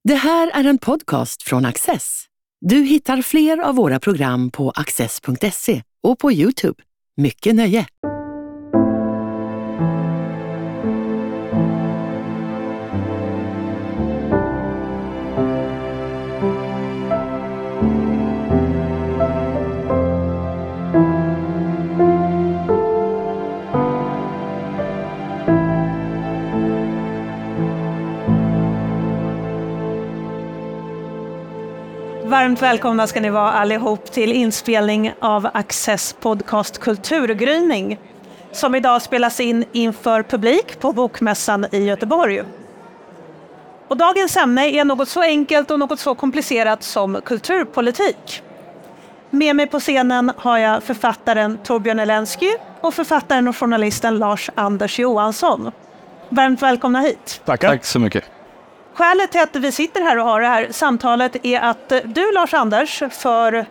Det här är en podcast från Access. Du hittar fler av våra program på access.se och på YouTube. Mycket nöje! Varmt välkomna ska ni vara allihop till inspelning av Access podcast Kulturgryning som idag spelas in inför publik på Bokmässan i Göteborg. Och dagens ämne är något så enkelt och något så komplicerat som kulturpolitik. Med mig på scenen har jag författaren Torbjörn Elensky och författaren och journalisten Lars-Anders Johansson. Varmt välkomna hit. Tackar. Tack så mycket. Skälet till att vi sitter här och har det här samtalet är att du, Lars-Anders, för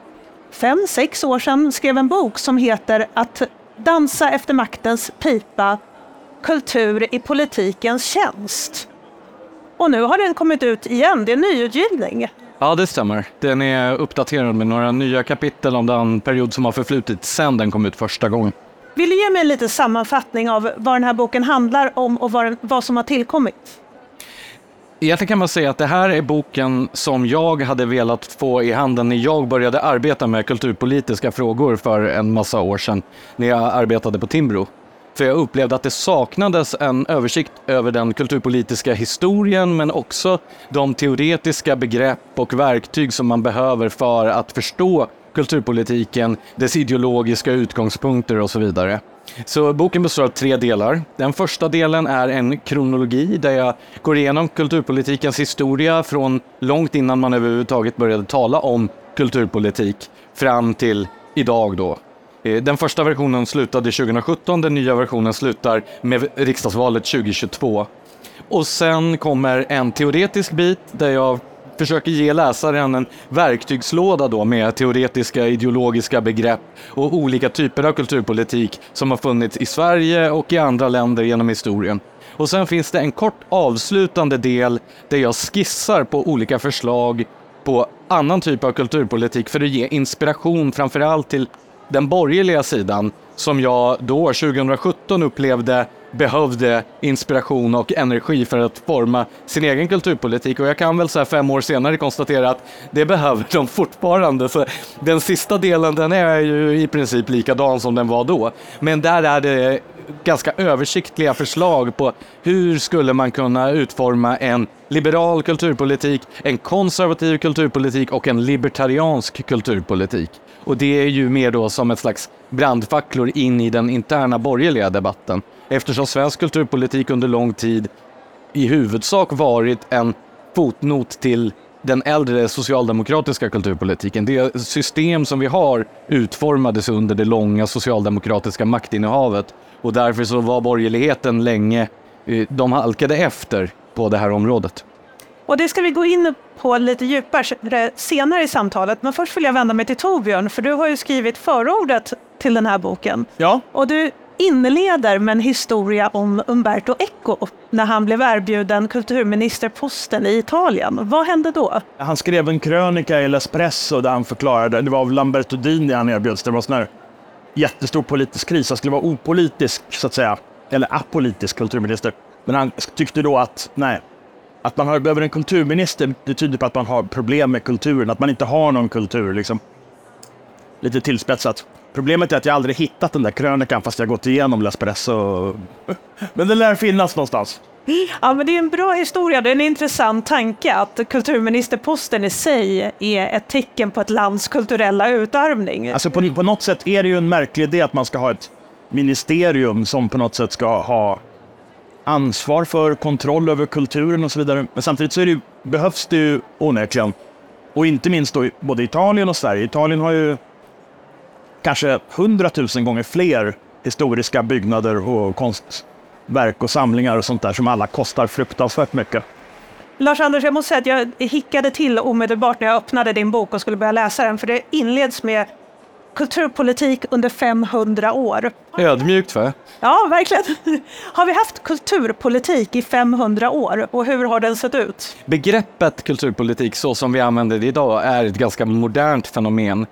5-6 år sedan skrev en bok som heter Att dansa efter maktens pipa, kultur i politikens tjänst. Och nu har den kommit ut igen, det är en nyutgivning. Ja, det stämmer. Den är uppdaterad med några nya kapitel om den period som har förflutit sedan den kom ut första gången. Vill du ge mig en liten sammanfattning av vad den här boken handlar om och vad som har tillkommit? Egentligen kan man säga att det här är boken som jag hade velat få i handen när jag började arbeta med kulturpolitiska frågor för en massa år sedan när jag arbetade på Timbro. För jag upplevde att det saknades en översikt över den kulturpolitiska historien men också de teoretiska begrepp och verktyg som man behöver för att förstå kulturpolitiken, dess ideologiska utgångspunkter och så vidare. Så boken består av 3 delar. Den första delen är en kronologi där jag går igenom kulturpolitikens historia från långt innan man överhuvudtaget började tala om kulturpolitik fram till idag då. Den första versionen slutade 2017, den nya versionen slutar med riksdagsvalet 2022. Och sen kommer en teoretisk bit där jag försöker ge läsaren en verktygslåda då med teoretiska ideologiska begrepp och olika typer av kulturpolitik som har funnits i Sverige och i andra länder genom historien. Och sen finns det en kort avslutande del där jag skissar på olika förslag på annan typ av kulturpolitik för att ge inspiration framförallt till den borgerliga sidan som jag då 2017 upplevde behövde inspiration och energi för att forma sin egen kulturpolitik. Och jag kan väl så här 5 år senare konstatera att det behöver de fortfarande. Så den sista delen den är ju i princip likadan som den var då. Men där är det ganska översiktliga förslag på hur skulle man kunna utforma en liberal kulturpolitik, en konservativ kulturpolitik och en libertariansk kulturpolitik. Och det är ju mer då som ett slags brandfacklor in i den interna borgerliga debatten. Eftersom svensk kulturpolitik under lång tid i huvudsak varit en fotnot till den äldre socialdemokratiska kulturpolitiken. Det system som vi har utformades under det långa socialdemokratiska maktinnehavet. Och därför så var borgerligheten länge, de halkade efter på det här området. Och det ska vi gå in på lite djupare senare i samtalet. Men först vill jag vända mig till Torbjörn, för du har ju skrivit förordet till den här boken. Ja. Och du inleder med en historia om Umberto Eco när han blev erbjuden kulturministerposten i Italien. Vad hände då? Han skrev en krönika i L'Espresso där han förklarade, det var av Lamberto Dini han erbjöds, det var en sån här jättestor politisk kris. Han skulle vara opolitisk så att säga, eller apolitisk kulturminister. Men han tyckte då att nej, att man behöver en kulturminister, det tyder på att man har problem med kulturen, att man inte har någon kultur liksom. Lite tillspetsat. Problemet är att jag aldrig hittat den där krönikan fast jag gått igenom L'Espresso. Men den lär finnas någonstans. Ja, men det är en bra historia. Det är en intressant tanke att kulturministerposten i sig är ett tecken på ett lands kulturella utarmning. Alltså på något sätt är det ju en märklig idé att man ska ha ett ministerium som på något sätt ska ha ansvar för kontroll över kulturen och så vidare. Men samtidigt så är behövs det ju onekligen. Och inte minst då både Italien och Sverige. Italien har ju kanske 100 000 gånger fler historiska byggnader och konstverk och samlingar och sånt där som alla kostar fruktansvärt mycket. Lars-Anders, jag måste säga att jag hickade till omedelbart när jag öppnade din bok och skulle börja läsa den. För det inleds med kulturpolitik under 500 år. Ödmjukt va? Ja, verkligen. Har vi haft kulturpolitik i 500 år och hur har den sett ut? Begreppet kulturpolitik så som vi använder det idag är ett ganska modernt fenomen.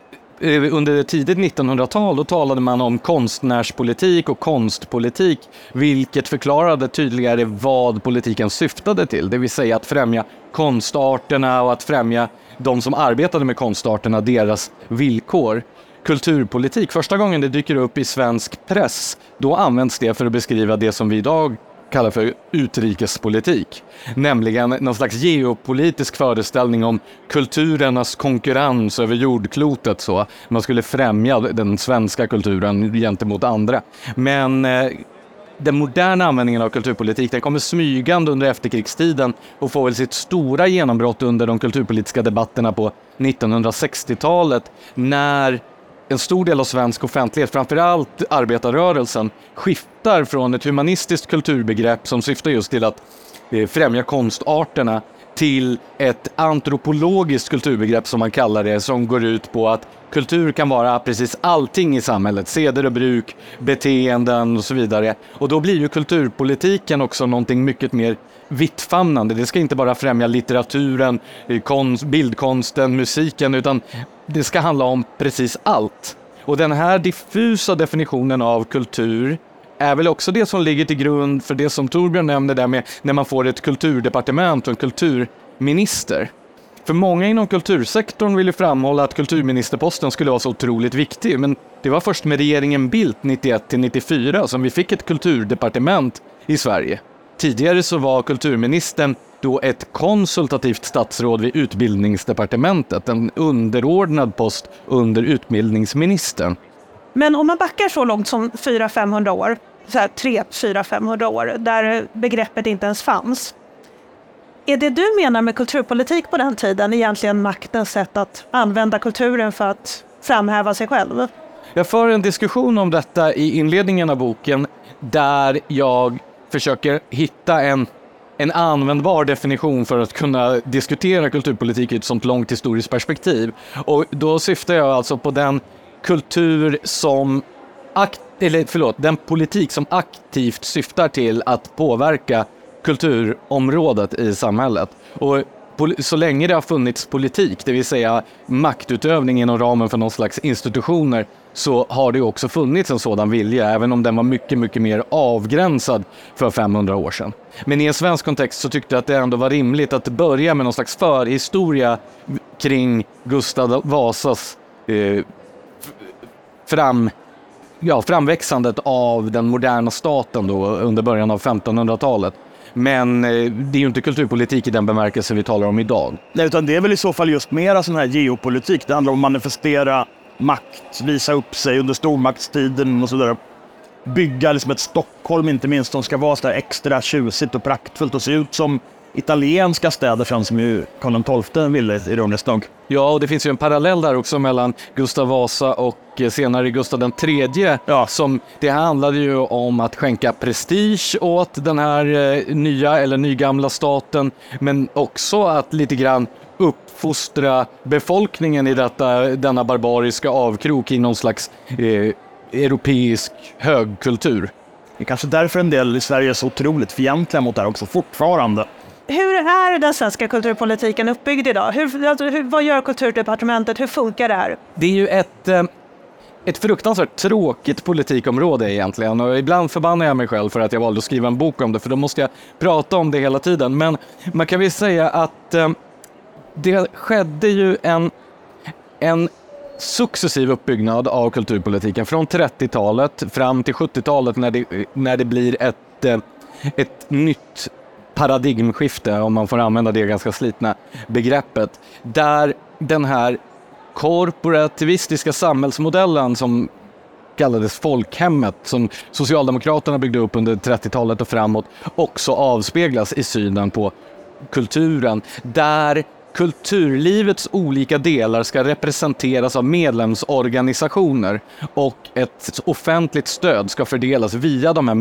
Under det tidigt 1900-tal då talade man om konstnärspolitik och konstpolitik, vilket förklarade tydligare vad politiken syftade till. Det vill säga att främja konstarterna och att främja de som arbetade med konstarterna, deras villkor. Kulturpolitik, första gången det dyker upp i svensk press, då används det för att beskriva det som vi idag kallar för utrikespolitik. Nämligen någon slags geopolitisk föreställning om kulturernas konkurrens över jordklotet. Så. Man skulle främja den svenska kulturen gentemot andra. Men den moderna användningen av kulturpolitik den kommer smygande under efterkrigstiden och får väl sitt stora genombrott under de kulturpolitiska debatterna på 1960-talet när en stor del av svensk offentlighet, framförallt arbetarrörelsen, skiftar från ett humanistiskt kulturbegrepp som syftar just till att främja konstarterna till ett antropologiskt kulturbegrepp som man kallar det, som går ut på att kultur kan vara precis allting i samhället, seder och bruk, beteenden och så vidare. Och då blir ju kulturpolitiken också någonting mycket mer vittfamnande. Det ska inte bara främja litteraturen, bildkonsten, musiken, utan det ska handla om precis allt. Och den här diffusa definitionen av kultur är väl också det som ligger till grund för det som Torbjörn nämnde där med när man får ett kulturdepartement och en kulturminister. För många inom kultursektorn vill ju framhålla att kulturministerposten skulle vara så otroligt viktig, men det var först med regeringen Bildt 91-94 som vi fick ett kulturdepartement i Sverige. Tidigare så var kulturministern då ett konsultativt statsråd vid utbildningsdepartementet, en underordnad post under utbildningsministern. Men om man backar så långt som 400-500 år, så här 300-400-500 år, där begreppet inte ens fanns. Är det du menar med kulturpolitik på den tiden egentligen maktens sätt att använda kulturen för att framhäva sig själv? Jag för en diskussion om detta i inledningen av boken där jag försöker hitta en användbar definition för att kunna diskutera kulturpolitik i ett sånt långt historiskt perspektiv. Och då syftar jag alltså på den kultur som den politik som aktivt syftar till att påverka kulturområdet i samhället. Och så länge det har funnits politik, det vill säga maktutövning inom ramen för någon slags institutioner, så har det också funnits en sådan vilja, även om den var mycket, mycket mer avgränsad för 500 år sedan. Men i en svensk kontext så tyckte jag att det ändå var rimligt att börja med någon slags förhistoria kring Gustav Vasas framväxandet av den moderna staten då under början av 1500-talet. Men det är ju inte kulturpolitik i den bemärkelse vi talar om idag. Nej, utan det är väl i så fall just mera sån här geopolitik. Det handlar om att manifestera makt, visa upp sig under stormaktstiden och sådär. Bygga liksom ett Stockholm inte minst som ska vara så där extra tjusigt och praktfullt och se ut som italienska städer fram som ju Karl XII ville ironiskt nog. Ja, och det finns ju en parallell där också mellan Gustav Vasa och senare Gustav III. Ja. Som det handlade ju om att skänka prestige åt den här nya eller nygamla staten, men också att lite grann uppfostra befolkningen i denna barbariska avkrok i någon slags europeisk högkultur. Det är kanske därför en del i Sverige är så otroligt fientliga mot det här också fortfarande. Hur är den svenska kulturpolitiken uppbyggd idag? Vad gör kulturdepartementet? Hur funkar det här? Det är ju ett fruktansvärt tråkigt politikområde egentligen. Och ibland förbannar jag mig själv för att jag valde att skriva en bok om det. För då måste jag prata om det hela tiden. Men man kan väl säga att det skedde ju en successiv uppbyggnad av kulturpolitiken från 30-talet fram till 70-talet när det blir ett nytt paradigmskifte, om man får använda det ganska slitna begreppet, där den här korporativistiska samhällsmodellen som kallades folkhemmet, som Socialdemokraterna byggde upp under 30-talet och framåt, också avspeglas i synen på kulturen, där kulturlivets olika delar ska representeras av medlemsorganisationer och ett offentligt stöd ska fördelas via de här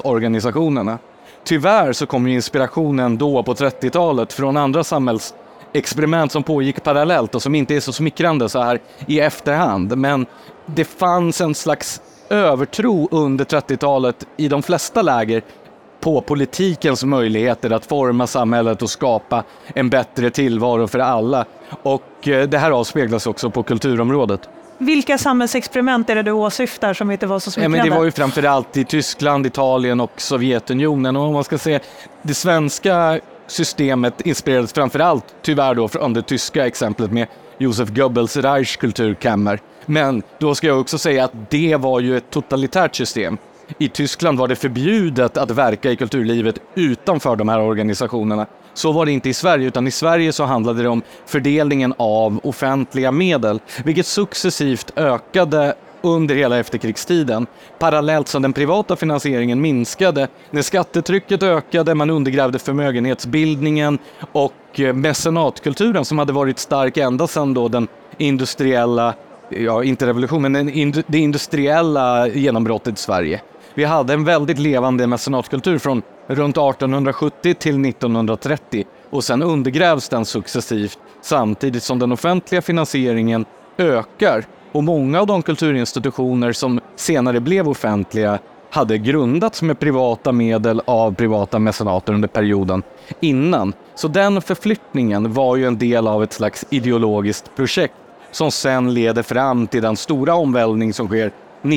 medlemsorganisationerna. Tyvärr så kom inspirationen då på 30-talet från andra experiment som pågick parallellt och som inte är så smickrande så här i efterhand. Men det fanns en slags övertro under 30-talet i de flesta läger på politikens möjligheter att forma samhället och skapa en bättre tillvaro för alla. Och det här avspeglas också på kulturområdet. Vilka samhällsexperiment är det du åsyftar som inte var så smickrande? Men det var ju framförallt i Tyskland, Italien och Sovjetunionen. Och om man ska säga, det svenska systemet inspirerades framförallt tyvärr då från det tyska exemplet med Josef Goebbels Reichskulturkammer. Men då ska jag också säga att det var ju ett totalitärt system. I Tyskland var det förbjudet att verka i kulturlivet utanför de här organisationerna. Så var det inte i Sverige, utan i Sverige så handlade det om fördelningen av offentliga medel, vilket successivt ökade under hela efterkrigstiden. Parallellt som den privata finansieringen minskade, när skattetrycket ökade, man undergrävde förmögenhetsbildningen och mecenatkulturen som hade varit stark ända sedan då den industriella, inte revolutionen, men det industriella genombrottet i Sverige. Vi hade en väldigt levande mecenatkultur från runt 1870 till 1930 och sen undergrävs den successivt samtidigt som den offentliga finansieringen ökar. Och många av de kulturinstitutioner som senare blev offentliga hade grundats med privata medel av privata mecenater under perioden innan. Så den förflyttningen var ju en del av ett slags ideologiskt projekt som sen leder fram till den stora omvälvning som sker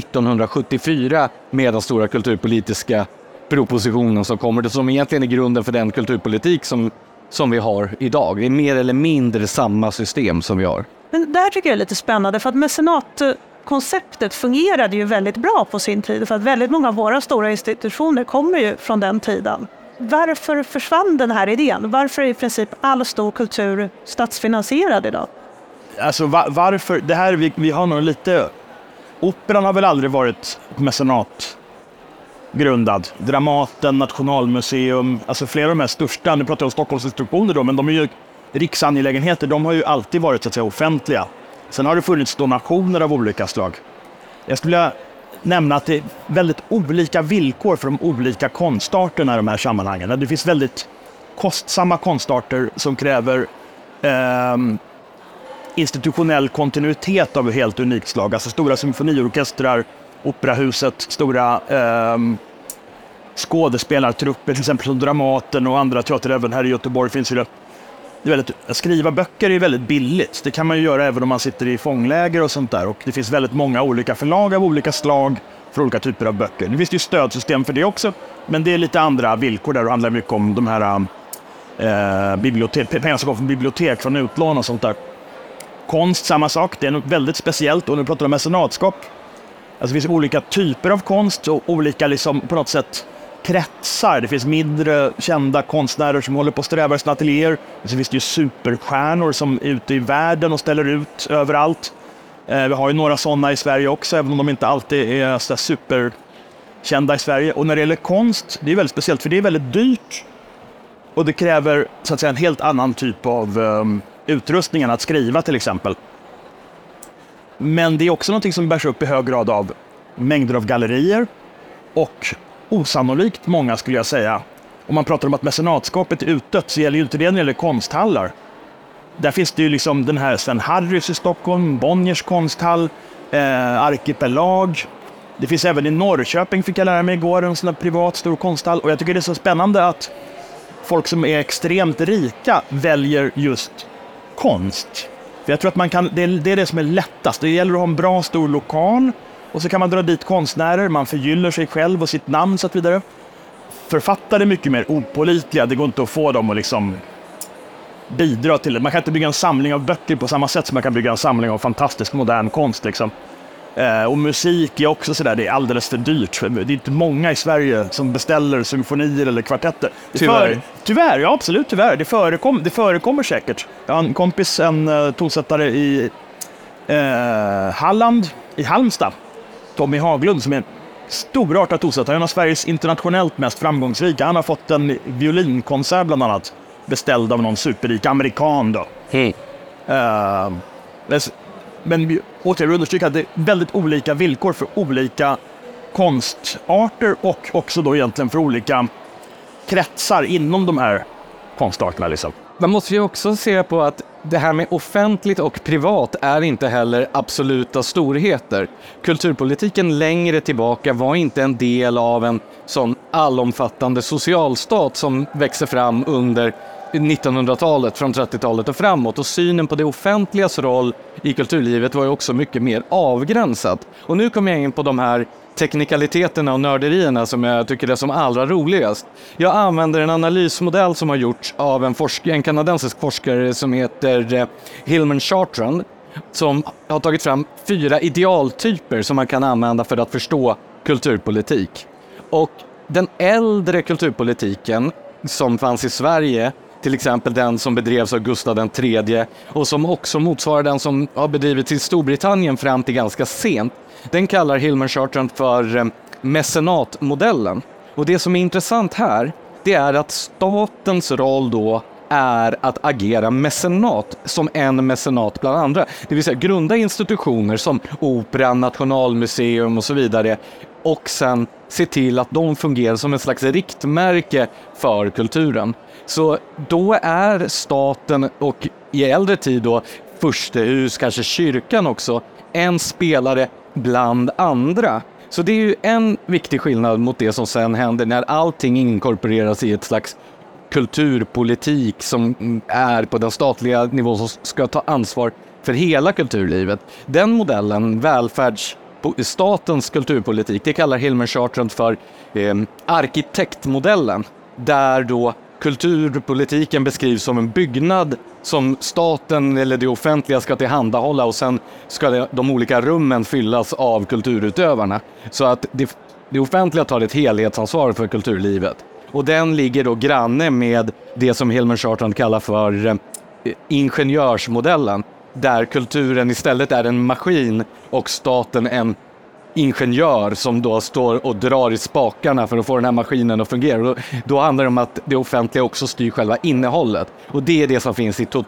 1974 med den stora kulturpolitiska propositionen som kommer, det som egentligen är grunden för den kulturpolitik som vi har idag. Det är mer eller mindre samma system som vi har. Men det här tycker jag är lite spännande för att mecenatkonceptet fungerade ju väldigt bra på sin tid för att väldigt många av våra stora institutioner kommer ju från den tiden. Varför försvann den här idén? Varför är i princip all stor kultur statsfinansierad idag? Alltså varför? Det här, vi har nog lite... Operan har väl aldrig varit mecenatgrundad. Dramaten, Nationalmuseum, alltså flera av de här största, nu pratar jag om Stockholms institutioner då, men de är ju riksangelägenheter, de har ju alltid varit så att säga offentliga. Sen har det funnits donationer av olika slag. Jag skulle vilja nämna att det är väldigt olika villkor för de olika konstarterna i de här sammanhangen. Det finns väldigt kostsamma konstarter som kräver institutionell kontinuitet av helt unikt slag. Alltså stora symfoniorkestrar, operahuset, stora skådespelartrupper, till exempel som Dramaten och andra teater. Även här i Göteborg finns ju det. Det är väldigt, att skriva böcker är väldigt billigt. Det kan man ju göra även om man sitter i fångläger och sånt där. Och det finns väldigt många olika förlag av olika slag för olika typer av böcker. Det finns ju stödsystem för det också. Men det är lite andra villkor där och handlar mycket om de här pengar som kommer från bibliotek, från utlån och sånt där. Konst, samma sak. Det är något väldigt speciellt. Och nu pratar vi om mecenatskap. Alltså det finns olika typer av konst och olika liksom på något sätt kretsar. Det finns mindre kända konstnärer som håller på att sträva i sina ateljéer. Så finns det ju superstjärnor som är ute i världen och ställer ut överallt. Vi har ju några sådana i Sverige också, även om de inte alltid är så superkända i Sverige. Och när det gäller konst, det är väldigt speciellt för det är väldigt dyrt. Och det kräver så att säga en helt annan typ av utrustning än att skriva till exempel. Men det är också något som bärs upp i hög grad av mängder av gallerier och osannolikt många skulle jag säga. Om man pratar om att mecenatskapet är utdött så gäller ju inte det när det gäller konsthallar. Där finns det ju liksom den här Sven Harrys i Stockholm, Bonniers konsthall, Arkipelag. Det finns även i Norrköping, fick jag lära mig igår, en sån här privat stor konsthall. Och jag tycker det är så spännande att folk som är extremt rika väljer just konst. För jag tror att man kan, det är det som är lättast. Det gäller att ha en bra stor lokal och så kan man dra dit konstnärer, man förgyller sig själv och sitt namn så att vidare. Författare är mycket mer opålitliga, det går inte att få dem att liksom bidra till det. Man kan inte bygga en samling av böcker på samma sätt som man kan bygga en samling av fantastisk modern konst liksom. Och musik är också sådär, det är alldeles för dyrt. Det är inte många i Sverige som beställer symfonier eller kvartetter. Tyvärr, ja absolut tyvärr. Det förekommer säkert. Jag har en kompis, en tonsättare i Halland, i Halmstad. Tommy Haglund som är en storartad tonsättare. Han är Sveriges internationellt mest framgångsrika. Han har fått en violinkonsert bland annat beställd av någon superrik amerikan då. Men återigen understryka att det är väldigt olika villkor för olika konstarter och också då egentligen för olika kretsar inom de här konstarterna liksom. man måste ju också se på att det här med offentligt och privat är inte heller absoluta storheter. Kulturpolitiken längre tillbaka var inte en del av en sån allomfattande socialstat som växer fram under 1900-talet, från 30-talet och framåt. Och synen på det offentligas roll i kulturlivet var ju också mycket mer avgränsat. Och nu kommer jag in på de här teknikaliteterna och nörderierna som jag tycker är som allra roligast. Jag använder en analysmodell som har gjorts av en kanadensisk forskare som heter Hilman Chartrand, som har tagit fram 4 idealtyper som man kan använda för att förstå kulturpolitik. Och den äldre kulturpolitiken som fanns i Sverige, till exempel den som bedrevs av Gustav III och som också motsvarar den som har bedrivits i Storbritannien fram till ganska sent, den kallar Hilman Chartrand för mecenatmodellen. Och det som är intressant här, det är att statens roll då är att agera mecenat som en mecenat bland andra. Det vill säga grunda institutioner som Operan, Nationalmuseum och så vidare och sen se till att de fungerar som en slags riktmärke för kulturen. Så då är staten och i äldre tid då furstehus, kanske kyrkan också, en spelare bland andra. Så det är ju en viktig skillnad mot det som sen händer när allting inkorporeras i ett slags kulturpolitik som är på den statliga nivån som ska ta ansvar för hela kulturlivet. Den modellen, välfärdsstatens kulturpolitik, det kallar Hilman Chartrand för arkitektmodellen, där då kulturpolitiken beskrivs som en byggnad som staten eller det offentliga ska tillhandahålla och sen ska de olika rummen fyllas av kulturutövarna. Så att det offentliga tar ett helhetsansvar för kulturlivet. Och den ligger då granne med det som Hilman Chartrand kallar för ingenjörsmodellen, där kulturen istället är en maskin och staten en ingenjör som då står och drar i spakarna för att få den här maskinen att fungera. Då handlar det om att det offentliga också styr själva innehållet. Och det är det som finns i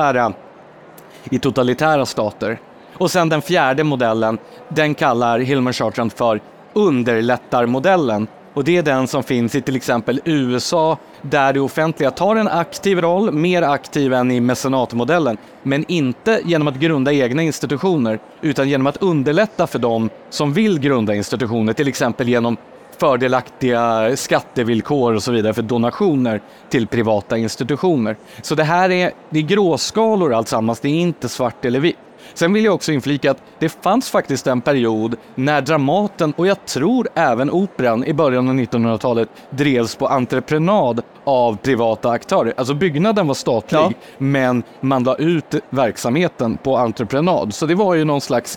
totalitära stater. Och sen den fjärde modellen, den kallar Hilman Chartrand för underlättarmodellen. Och det är den som finns i till exempel USA, där det offentliga tar en aktiv roll, mer aktiv än i mecenatmodellen, men inte genom att grunda egna institutioner, utan genom att underlätta för dem som vill grunda institutioner, till exempel genom fördelaktiga skattevillkor och så vidare för donationer till privata institutioner. Så det här är gråskalor alltsammans, det är inte svart eller vitt. Sen vill jag också inflika att det fanns faktiskt en period när Dramaten och jag tror även Operan i början av 1900-talet drevs på entreprenad av privata aktörer. Alltså byggnaden var statlig, men man la ut verksamheten på entreprenad. Så det var ju någon slags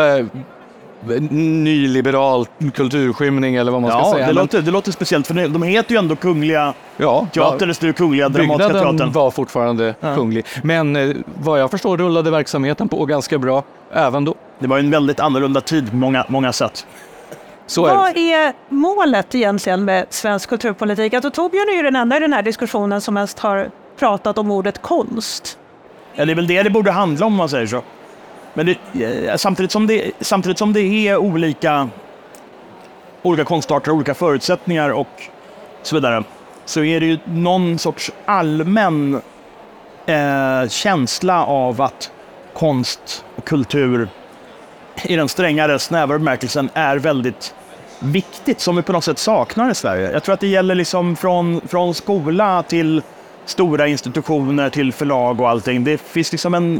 nyliberal kulturskymning eller vad man ska säga. Det låter speciellt, för de heter ju ändå Kungliga teatern, det står Kungliga Dramatiska teatern. Byggnaden var fortfarande kunglig. Men vad jag förstår rullade verksamheten på ganska bra även då. Det var en väldigt annorlunda tid på många sätt. Vad är målet egentligen med svensk kulturpolitik? Alltså, Torbjörn är ju den enda i den här diskussionen som mest har pratat om ordet konst. Ja, det är väl det borde handla om man säger så. Men samtidigt som det är olika konstarter, olika förutsättningar och så vidare, så är det ju någon sorts allmän känsla av att konst och kultur i den strängare, snävare bemärkelsen är väldigt viktigt, som vi på något sätt saknar i Sverige. Jag tror att det gäller liksom från skola till stora institutioner till förlag och allting. Det finns liksom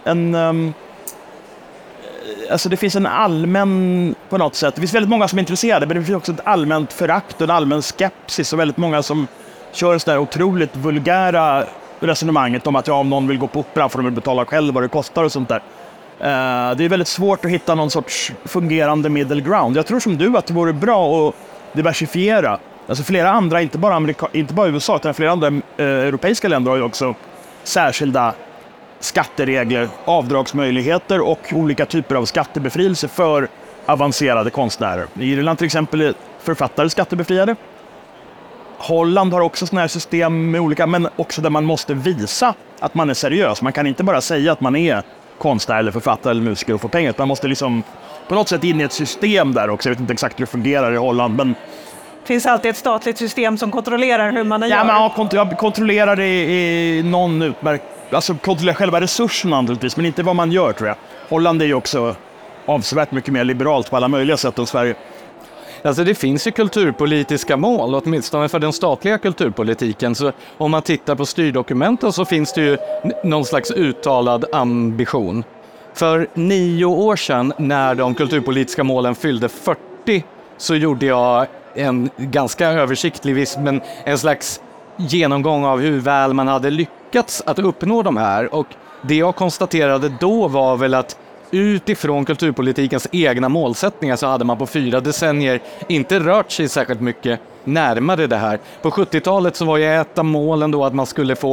alltså det finns en allmän, på något sätt, det finns väldigt många som är intresserade, men det finns också ett allmänt förakt och en allmän skepsis och väldigt många som kör sådär otroligt vulgära resonemanget om att om någon vill gå på opera får de betala själv vad det kostar och sånt där. Det är väldigt svårt att hitta någon sorts fungerande middle ground. Jag tror som du att det vore bra att diversifiera. Alltså flera andra, inte bara USA, utan flera andra europeiska länder har ju också särskilda skatteregler, avdragsmöjligheter och olika typer av skattebefrielse för avancerade konstnärer. I Irland till exempel är författare skattebefriade. Holland har också sådana här system med olika, men också där man måste visa att man är seriös. Man kan inte bara säga att man är konstnär eller författare eller musiker och få pengar. Man måste liksom på något sätt in i ett system där också. Jag vet inte exakt hur det fungerar i Holland, men finns alltid ett statligt system som kontrollerar hur man gör. Ja, men kontrollerar det i någon utmärkt... Alltså kontrollerar själva resurserna naturligtvis, men inte vad man gör, tror jag. Holland är ju också avsevärt mycket mer liberalt på alla möjliga sätt än Sverige. Alltså det finns ju kulturpolitiska mål, åtminstone för den statliga kulturpolitiken. Så om man tittar på styrdokumenten så finns det ju någon slags uttalad ambition. För 9 år sedan, när de kulturpolitiska målen fyllde 40, så gjorde jag en ganska översiktlig, men en slags genomgång av hur väl man hade lyckats att uppnå de här. Och det jag konstaterade då var väl att utifrån kulturpolitikens egna målsättningar så hade man på 4 decennier inte rört sig särskilt mycket närmare det här. På 70-talet så var ju ett av målen då att man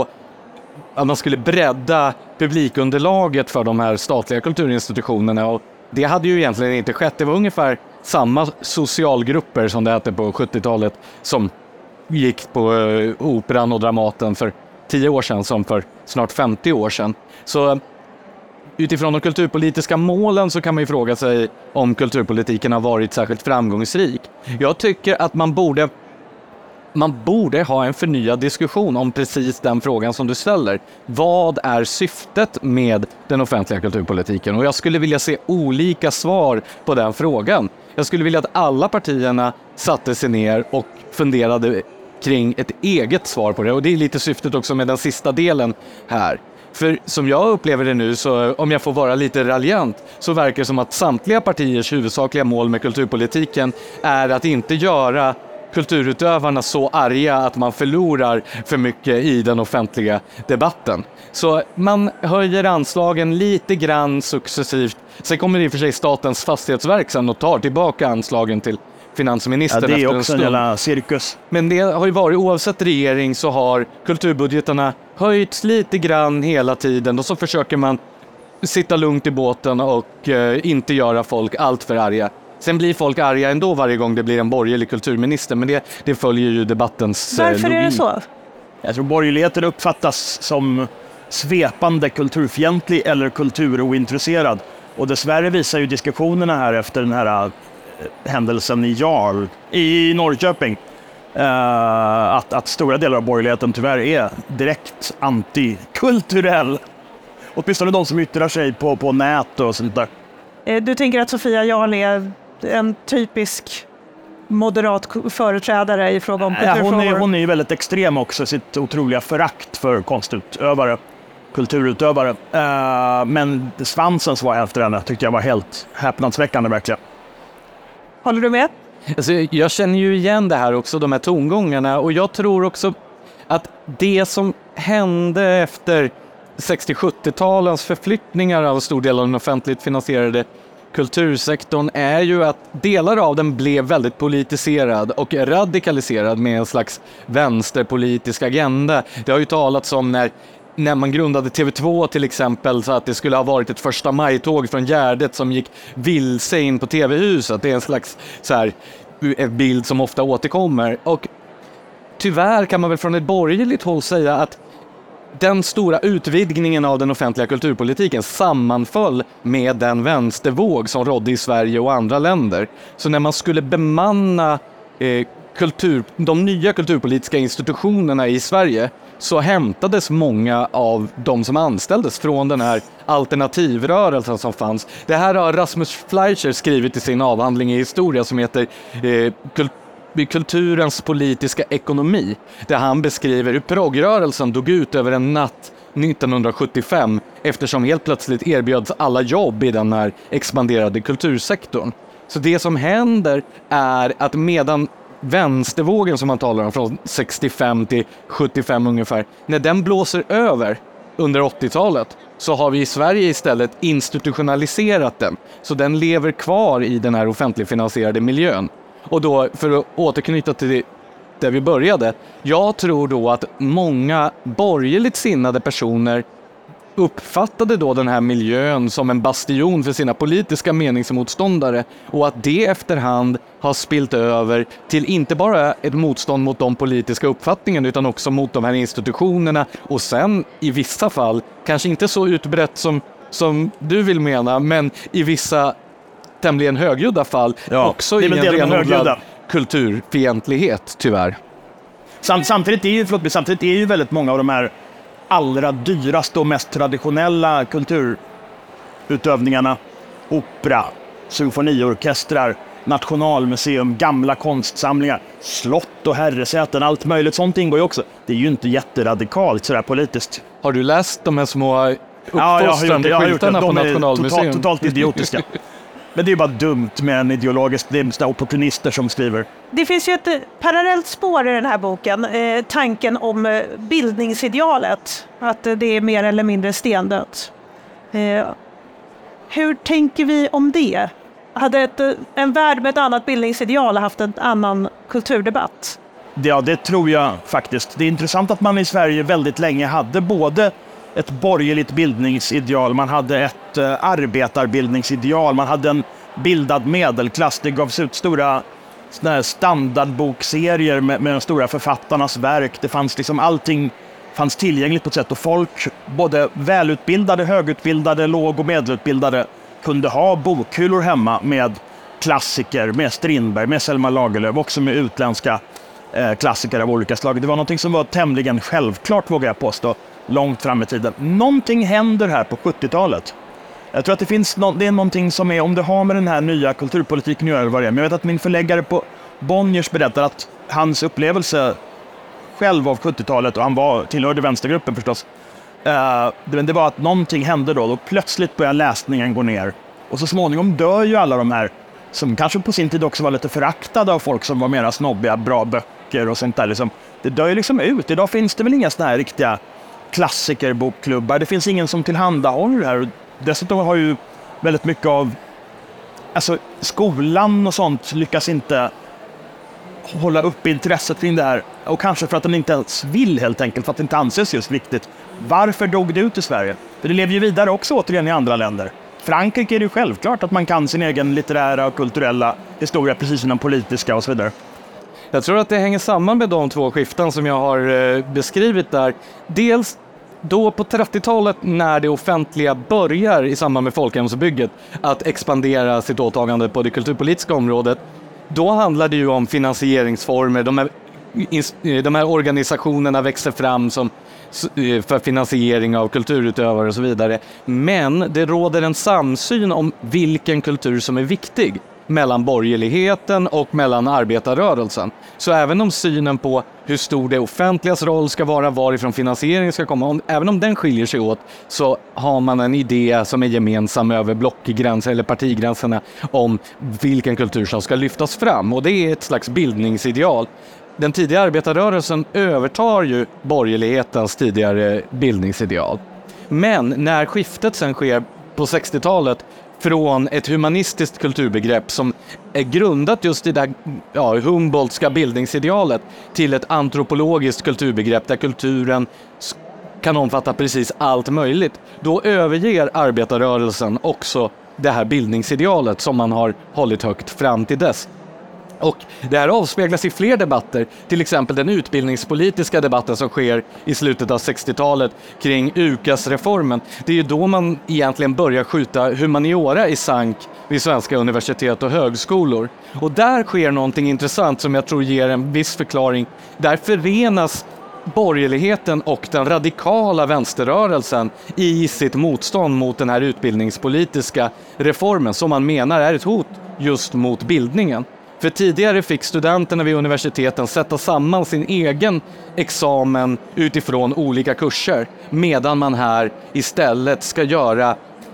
skulle bredda publikunderlaget för de här statliga kulturinstitutionerna, och det hade ju egentligen inte skett. Det var ungefär samma socialgrupper som det hette på 70-talet som gick på Operan och Dramaten för 10 år sedan som för snart 50 år sedan. Så utifrån de kulturpolitiska målen så kan man ju fråga sig om kulturpolitiken har varit särskilt framgångsrik. Jag tycker att man borde ha en förnyad diskussion om precis den frågan som du ställer. Vad är syftet med den offentliga kulturpolitiken? Och jag skulle vilja se olika svar på den frågan. Jag skulle vilja att alla partierna satte sig ner och funderade kring ett eget svar på det. Och det är lite syftet också med den sista delen här. För som jag upplever det nu, så om jag får vara lite raljant, så verkar det som att samtliga partiers huvudsakliga mål med kulturpolitiken är att inte göra kulturutövarna så arga att man förlorar för mycket i den offentliga debatten. Så man höjer anslagen lite grann successivt. Sen kommer det i och för sig Statens fastighetsverk sen och tar tillbaka anslagen till finansministern efter en stund. Det är också en jävla cirkus. Men det har ju varit, oavsett regering så har kulturbudgetarna höjts lite grann hela tiden, och så försöker man sitta lugnt i båten och inte göra folk allt för arga. Sen blir folk arga ändå varje gång det blir en borgerlig kulturminister, men det följer ju debattens Varför logik. är det så? Jag tror borgerligheten uppfattas som svepande kulturfientlig eller kulturointresserad. Och dessvärre visar ju diskussionerna här efter den här händelsen i Jarl i Norrköping att stora delar av borgerligheten tyvärr är direkt antikulturell. Åtminstone de som yttrar sig på nät och sånt där. Du tänker att Sofia Jarl är en typisk moderat företrädare i fråga om kulturfrågor? Ja, hon är ju väldigt extrem också, sitt otroliga förakt för konstutövare, kulturutövare. Men svansen som var efter henne tyckte jag var helt häpnadsväckande verkligen. Håller du med? Alltså, jag känner ju igen det här också, de här tongångarna, och jag tror också att det som hände efter 60-70-talens förflyttningar av stor del av den offentligt finansierade kultursektorn är ju att delar av den blev väldigt politiserad och radikaliserad med en slags vänsterpolitisk agenda. Det har ju talats om när man grundade TV2 till exempel, så att det skulle ha varit ett första majtåg från Gärdet som gick vilse in på TV-huset. Det är en slags så här, bild som ofta återkommer. Och tyvärr kan man väl från ett borgerligt håll säga att den stora utvidgningen av den offentliga kulturpolitiken sammanföll med den vänstervåg som rådde i Sverige och andra länder. Så när man skulle bemanna de nya kulturpolitiska institutionerna i Sverige, så hämtades många av de som anställdes från den här alternativrörelsen som fanns. Det här har Rasmus Fleischer skrivit i sin avhandling i historia som heter Kulturens politiska ekonomi, där han beskriver hur progrörelsen dog ut över en natt 1975 eftersom helt plötsligt erbjöds alla jobb i den här expanderade kultursektorn. Så det som händer är att medan vänstervågen som man talar om från 65 till 75 ungefär, när den blåser över under 80-talet, så har vi i Sverige istället institutionaliserat den. Så den lever kvar i den här offentligfinansierade miljön. Och då, för att återknyta till det där vi började, jag tror då att många borgerligt sinnade personer uppfattade då den här miljön som en bastion för sina politiska meningsmotståndare, och att det efterhand har spilt över till inte bara ett motstånd mot de politiska uppfattningarna utan också mot de här institutionerna, och sen i vissa fall, kanske inte så utbrett som du vill mena, men i vissa tämligen högljudda fall också i en renodlad kulturfientlighet, tyvärr. Samtidigt är ju väldigt många av de här allra dyraste och mest traditionella kulturutövningarna, opera, symfoniorkestrar, nationalmuseum, gamla konstsamlingar, slott och herresäten, allt möjligt sånt ingår ju också. Det är ju inte jätteradikalt sådär politiskt. Har du läst de här små uppfostrande skyltarna på Nationalmuseum? De är totalt idiotiska. Men det är ju bara dumt med en ideologisk, det är opportunister som skriver. Det finns ju ett parallellt spår i den här boken, tanken om bildningsidealet, att det är mer eller mindre stendött. Hur tänker vi om det? Hade en värld med ett annat bildningsideal haft en annan kulturdebatt? Ja, det tror jag faktiskt. Det är intressant att man i Sverige väldigt länge hade både ett borgerligt bildningsideal, man hade ett arbetarbildningsideal, man hade en bildad medelklass. Det gavs ut stora standardbokserier med de stora författarnas verk. Det fanns liksom allting fanns tillgängligt på ett sätt och folk, både välutbildade, högutbildade, låg- och medelutbildade, kunde ha bokhyllor hemma med klassiker, med Strindberg, med Selma Lagerlöf, också med utländska klassiker av olika slag. Det var något som var tämligen självklart, vågar jag påstå, långt fram i tiden. Någonting händer här på 70-talet. Jag tror att det är någonting som är, om det har med den här nya kulturpolitiken att göra eller vad det är. Men jag vet att min förläggare på Bonniers berättar att hans upplevelse själv av 70-talet, och han tillhörde vänstergruppen förstås, det var att någonting hände då plötsligt började läsningen gå ner. Och så småningom dör ju alla de här som kanske på sin tid också var lite föraktade av folk som var mera snobbiga, bra böcker och sånt där. Liksom. Det dör ju liksom ut. Idag finns det väl inga såna här riktiga klassikerbokklubbar. Det finns ingen som tillhandahåller det här. Dessutom har ju väldigt mycket av skolan och sånt lyckas inte hålla upp intresset kring det här. Och kanske för att den inte ens vill, helt enkelt, för att det inte anses just viktigt. Varför dog det ut i Sverige? För det lever ju vidare också återigen i andra länder. Frankrike är det ju självklart att man kan sin egen litterära och kulturella historia, precis som den politiska och så vidare. Jag tror att det hänger samman med de två skiften som jag har beskrivit där. Dels då på 30-talet, när det offentliga börjar i samband med folkhemsbygget att expandera sitt åtagande på det kulturpolitiska området, då handlar det ju om finansieringsformer. De här organisationerna växer fram som för finansiering av kulturutövare och så vidare. Men det råder en samsyn om vilken kultur som är viktig mellan borgerligheten och mellan arbetarrörelsen. Så även om synen på hur stor det offentligas roll ska vara, varifrån finansieringen ska komma, även om den skiljer sig åt, så har man en idé som är gemensam över blockgränser eller partigränserna om vilken kultur som ska lyftas fram. Och det är ett slags bildningsideal. Den tidiga arbetarrörelsen övertar ju borgerlighetens tidigare bildningsideal. Men när skiftet sen sker på 60-talet från ett humanistiskt kulturbegrepp som är grundat just i det Humboldtska bildningsidealet till ett antropologiskt kulturbegrepp där kulturen kan omfatta precis allt möjligt, då överger arbetarrörelsen också det här bildningsidealet som man har hållit högt fram till dess. Och det här avspeglas i fler debatter, till exempel den utbildningspolitiska debatten som sker i slutet av 60-talet kring UKAS-reformen. Det är ju då man egentligen börjar skjuta humaniora i sank vid svenska universitet och högskolor. Och där sker någonting intressant som jag tror ger en viss förklaring. Där förenas borgerligheten och den radikala vänsterrörelsen i sitt motstånd mot den här utbildningspolitiska reformen som man menar är ett hot just mot bildningen. För tidigare fick studenterna vid universiteten sätta samman sin egen examen utifrån olika kurser, medan man här istället ska göra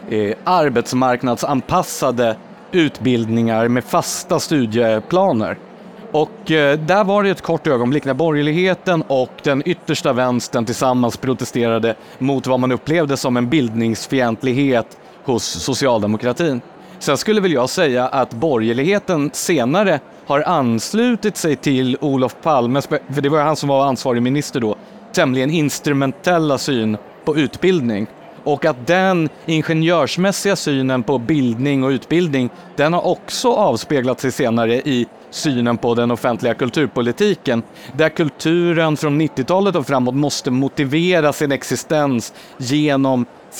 arbetsmarknadsanpassade utbildningar med fasta studieplaner. Och där var det ett kort ögonblick när borgerligheten och den yttersta vänstern tillsammans protesterade mot vad man upplevde som en bildningsfientlighet hos socialdemokratin. Sen skulle väl jag säga att borgerligheten senare har anslutit sig till Olof Palmes, för det var han som var ansvarig minister då, tämligen instrumentella syn på utbildning. Och att den ingenjörsmässiga synen på bildning och utbildning, den har också avspeglat sig senare i synen på den offentliga kulturpolitiken, där kulturen från 90-talet och framåt måste motivera sin existens genom sin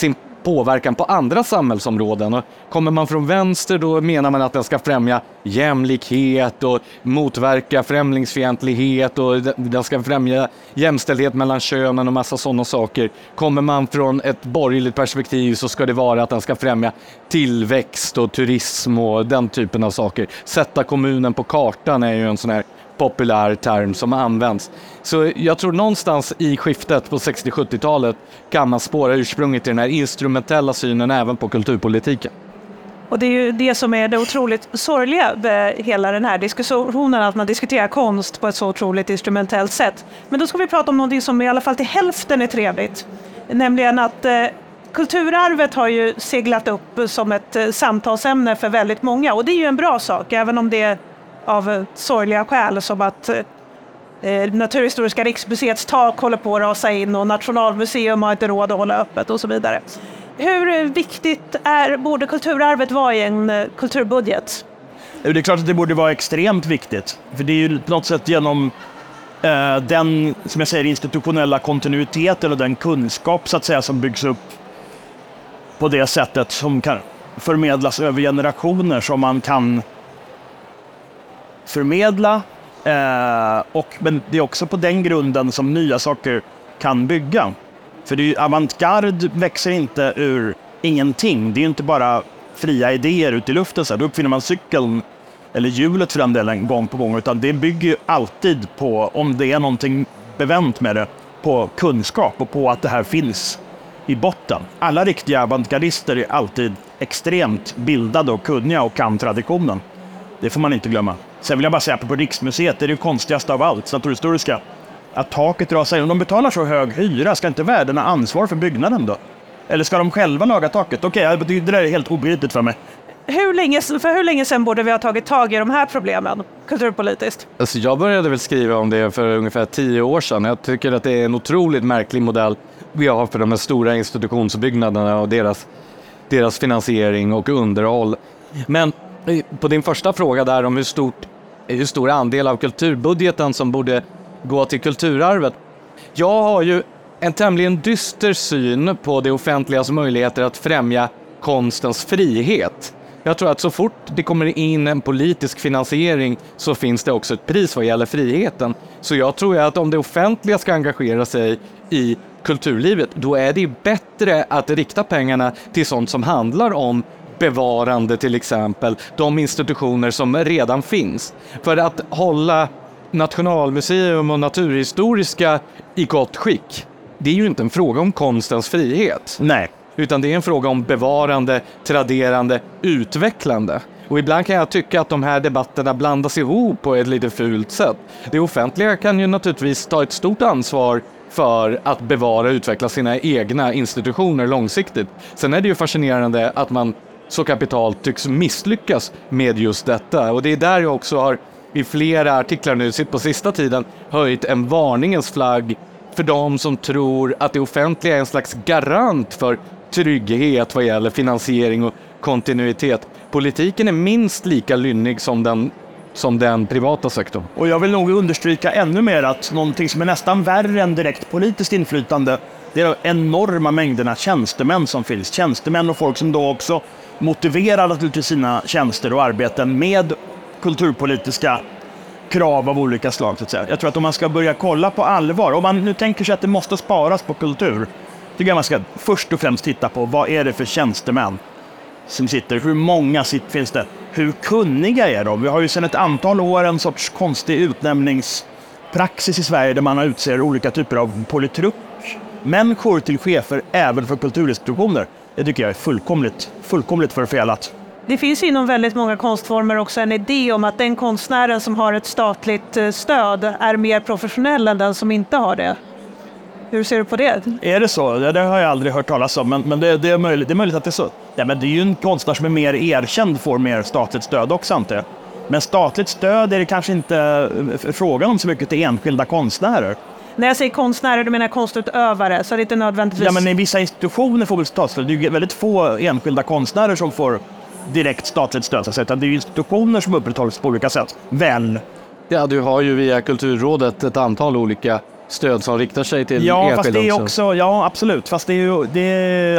påverkan på andra samhällsområden. Och kommer man från vänster, då menar man att den ska främja jämlikhet och motverka främlingsfientlighet, och den ska främja jämställdhet mellan könen och massa sådana saker. Kommer man från ett borgerligt perspektiv, så ska det vara att den ska främja tillväxt och turism och den typen av saker. Sätta kommunen på kartan är ju en sån här populär term som används. Så jag tror någonstans i skiftet på 60-70-talet kan man spåra ursprunget till den här instrumentella synen även på kulturpolitiken. Och det är ju det som är det otroligt sorgliga med hela den här diskussionen, att man diskuterar konst på ett så otroligt instrumentellt sätt. Men då ska vi prata om någonting som i alla fall till hälften är trevligt. Nämligen att kulturarvet har ju seglat upp som ett samtalsämne för väldigt många. Och det är ju en bra sak, även om det är av sorgliga skäl, som att Naturhistoriska riksmuseets tak håller på att rasa in och Nationalmuseum har inte råd att hålla öppet och så vidare. Hur viktigt borde kulturarvet vara i en kulturbudget? Det är klart att det borde vara extremt viktigt. För det är ju på något sätt genom den, som jag säger, institutionella kontinuitet eller den kunskap så att säga som byggs upp på det sättet som kan förmedlas över generationer, som man kan förmedla. Men det är också på den grunden som nya saker kan bygga. För det är ju, avantgarde växer inte ur ingenting. Det är ju inte bara fria idéer ut i luften. Så då uppfinner man cykeln eller hjulet för den delen gång på gång. Utan det bygger ju alltid på, om det är någonting bevänt med det, på kunskap och på att det här finns i botten. Alla riktiga avantgardister är alltid extremt bildade och kunniga och kan traditionen. Det får man inte glömma. Sen vill jag bara säga på Riksmuseet, det är det konstigaste av allt, Naturhistoriska, att taket rasar in. Om de betalar så hög hyra, ska inte värdena ansvar för byggnaden då? Eller ska de själva laga taket? Okej, det där är helt obegripligt för mig. Hur länge sedan borde vi ha tagit tag i de här problemen kulturpolitiskt? Alltså jag började väl skriva om det för ungefär 10 år sedan. Jag tycker att det är en otroligt märklig modell vi har för de här stora institutionsbyggnaderna och deras finansiering och underhåll. Men på din första fråga där om hur stor andel av kulturbudgeten som borde gå till kulturarvet. Jag har ju en tämligen dyster syn på det offentligas möjligheter att främja konstens frihet. Jag tror att så fort det kommer in en politisk finansiering så finns det också ett pris vad gäller friheten. Så jag tror att om det offentliga ska engagera sig i kulturlivet, då är det bättre att rikta pengarna till sånt som handlar om bevarande, till exempel de institutioner som redan finns. För att hålla Nationalmuseum och Naturhistoriska i gott skick, det är ju inte en fråga om konstens frihet. Nej. Utan det är en fråga om bevarande, traderande, utvecklande. Och ibland kan jag tycka att de här debatterna blandas ihop på ett lite fult sätt. Det offentliga kan ju naturligtvis ta ett stort ansvar för att bevara och utveckla sina egna institutioner långsiktigt. Sen är det ju fascinerande att man så kapitalt tycks misslyckas med just detta. Och det är där jag också har i flera artiklar nu på sista tiden höjt en varningens flagg för de som tror att det offentliga är en slags garant för trygghet vad gäller finansiering och kontinuitet. Politiken är minst lika lynnig som den privata sektorn. Och jag vill nog understryka ännu mer att någonting som är nästan värre än direkt politiskt inflytande, det är de enorma mängderna tjänstemän som finns. Tjänstemän och folk som då också motiverar naturligtvis sina tjänster och arbeten med kulturpolitiska krav av olika slag. Så att säga. Jag tror att om man ska börja kolla på allvar, om man nu tänker sig att det måste sparas på kultur, tycker jag man ska först och främst titta på vad är det för tjänstemän som sitter, hur många finns det, hur kunniga är de? Vi har ju sedan ett antal år en sorts konstig utnämningspraxis i Sverige där man utser olika typer av politruk-människor till chefer även för kulturinstitutioner. Det tycker jag är fullkomligt förfelat. Det finns inom väldigt många konstformer också en idé om att den konstnären som har ett statligt stöd är mer professionell än den som inte har det. Hur ser du på det? Är det så? Det har jag aldrig hört talas om, men det är möjligt att det är så. Ja, men det är ju en konstnär som är mer erkänd får mer statligt stöd också, antar jag. Men statligt stöd är det kanske inte frågan om så mycket till enskilda konstnärer. När jag säger konstnärer, du menar konstutövare, så är det inte nödvändigtvis... Ja, men i vissa institutioner får väl statsstöd. Det är ju väldigt få enskilda konstnärer som får direkt statligt stöd. Så att det är ju institutioner som upprätthålls på olika sätt. Väl? Ja, du har ju via Kulturrådet ett antal olika stöd som riktar sig till enskilda. Fast det är också, ja, absolut. Fast det är ju...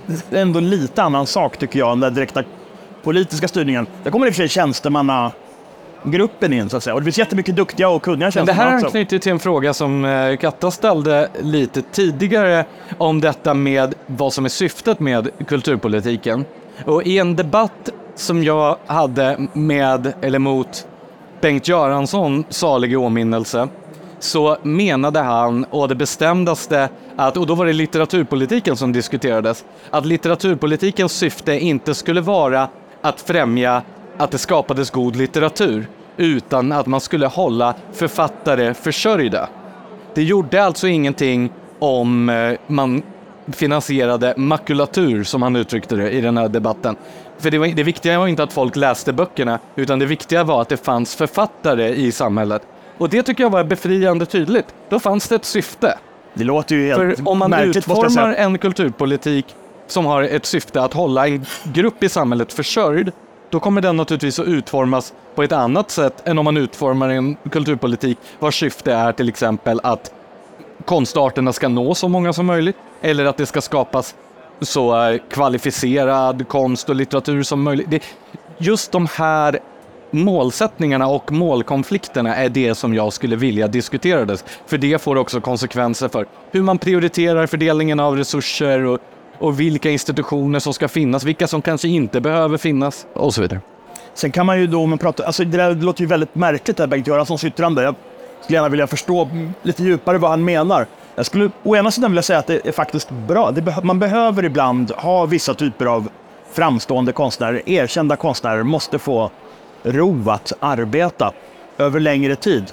ändå lite annan sak tycker jag, den direkta politiska styrningen. Där kommer i och för sig tjänstemannagruppen in så att säga. Och det finns jättemycket duktiga och kunniga tjänstemän. Men det här också. anknyter till en fråga som Katta ställde lite tidigare om detta med vad som är syftet med kulturpolitiken. Och i en debatt som jag hade med eller mot Bengt Göransson, salig i åminnelse, så menade han, och det bestämdaste, och då var det litteraturpolitiken som diskuterades, att litteraturpolitikens syfte inte skulle vara att främja att det skapades god litteratur, utan att man skulle hålla författare försörjda. Det gjorde alltså ingenting om man finansierade makulatur, som han uttryckte det i den här debatten. För det viktiga var inte att folk läste böckerna, utan det viktiga var att det fanns författare i samhället. Och det tycker jag var befriande tydligt. Då fanns det ett syfte. Det låter ju helt För om man märkligt, utformar en kulturpolitik som har ett syfte att hålla en grupp i samhället försörjd, då kommer den naturligtvis att utformas på ett annat sätt än om man utformar en kulturpolitik vars syfte är till exempel att konstarterna ska nå så många som möjligt, eller att det ska skapas så kvalificerad konst och litteratur som möjligt. Just de här målsättningarna och målkonflikterna är det som jag skulle vilja diskuterades. För det får också konsekvenser för hur man prioriterar fördelningen av resurser och vilka institutioner som ska finnas, vilka som kanske inte behöver finnas och så vidare. Sen kan man ju då, om man pratar, alltså det där låter ju väldigt märkligt där, Bengt Göranssons yttrande. Jag skulle gärna vilja förstå lite djupare vad han menar. Jag skulle å ena sidan vilja säga att det är faktiskt bra. Man behöver ibland ha vissa typer av framstående konstnärer, erkända konstnärer måste få ro att arbeta över längre tid.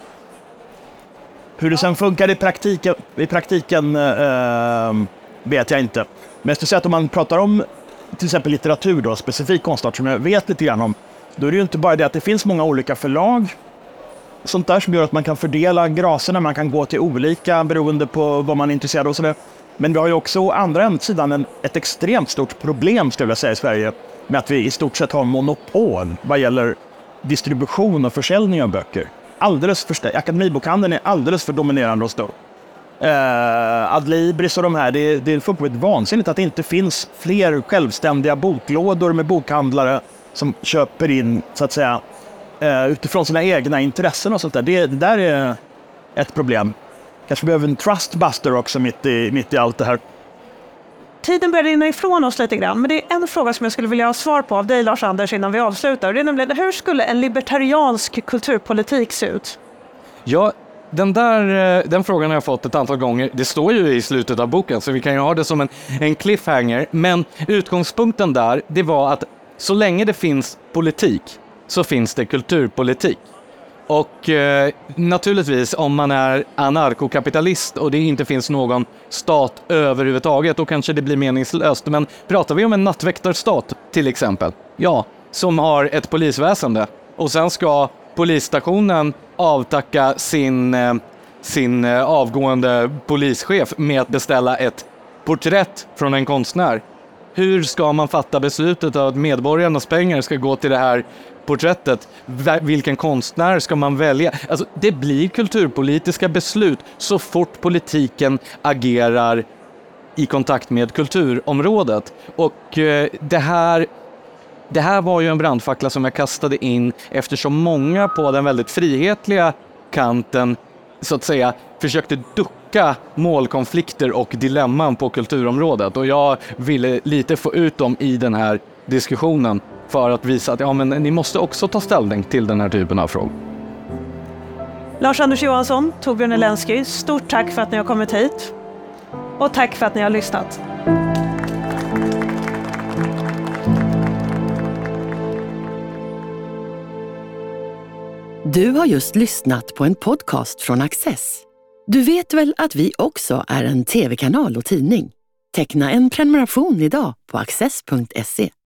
Hur det sen funkar i praktiken vet jag inte. Men jag skulle säga att om man pratar om till exempel litteratur då, specifik konstart som jag vet lite grann om, då är det ju inte bara det att det finns många olika förlag, sånt där som gör att man kan fördela graserna, man kan gå till olika beroende på vad man är intresserad av och sådär. Men vi har ju också å andra sidan ett extremt stort problem, skulle jag vilja säga, i Sverige med att vi i stort sett har monopol vad gäller distribution och försäljning av böcker. Akademibokhandeln är alldeles för dominerande och stor. Adlibris och de här, det är fullkomligt vansinnigt att det inte finns fler självständiga boklådor med bokhandlare som köper in, så att säga, utifrån sina egna intressen och sånt där. Det där är ett problem. Kanske behöver en trustbuster också mitt i allt det här. Tiden börjar rinna ifrån oss lite grann, men det är en fråga som jag skulle vilja ha svar på av dig, Lars-Anders, innan vi avslutar. Det är nämligen, hur skulle en libertariansk kulturpolitik se ut? Ja, den frågan har jag fått ett antal gånger. Det står ju i slutet av boken, så vi kan ju ha det som en cliffhanger. Men utgångspunkten där, det var att så länge det finns politik så finns det kulturpolitik. Och naturligtvis om man är anarkokapitalist och det inte finns någon stat överhuvudtaget, då kanske det blir meningslöst. Men pratar vi om en nattväktarstat till exempel, ja, som har ett polisväsende och sen ska polisstationen avtacka sin avgående polischef med att beställa ett porträtt från en konstnär. Hur ska man fatta beslutet att medborgarnas pengar ska gå till det här porträttet? Vilken konstnär ska man välja? Alltså, det blir kulturpolitiska beslut så fort politiken agerar i kontakt med kulturområdet. Och det här var ju en brandfackla som jag kastade in eftersom många på den väldigt frihetliga kanten, så att säga, försökte ducka målkonflikter och dilemman på kulturområdet. Och jag ville lite få ut dem i den här diskussionen för att visa att men ni måste också ta ställning till den här typen av frågor. Lars-Anders Johansson, Torbjörn Elensky, stort tack för att ni har kommit hit. Och tack för att ni har lyssnat. Du har just lyssnat på en podcast från Access. Du vet väl att vi också är en tv-kanal och tidning? Teckna en prenumeration idag på access.se.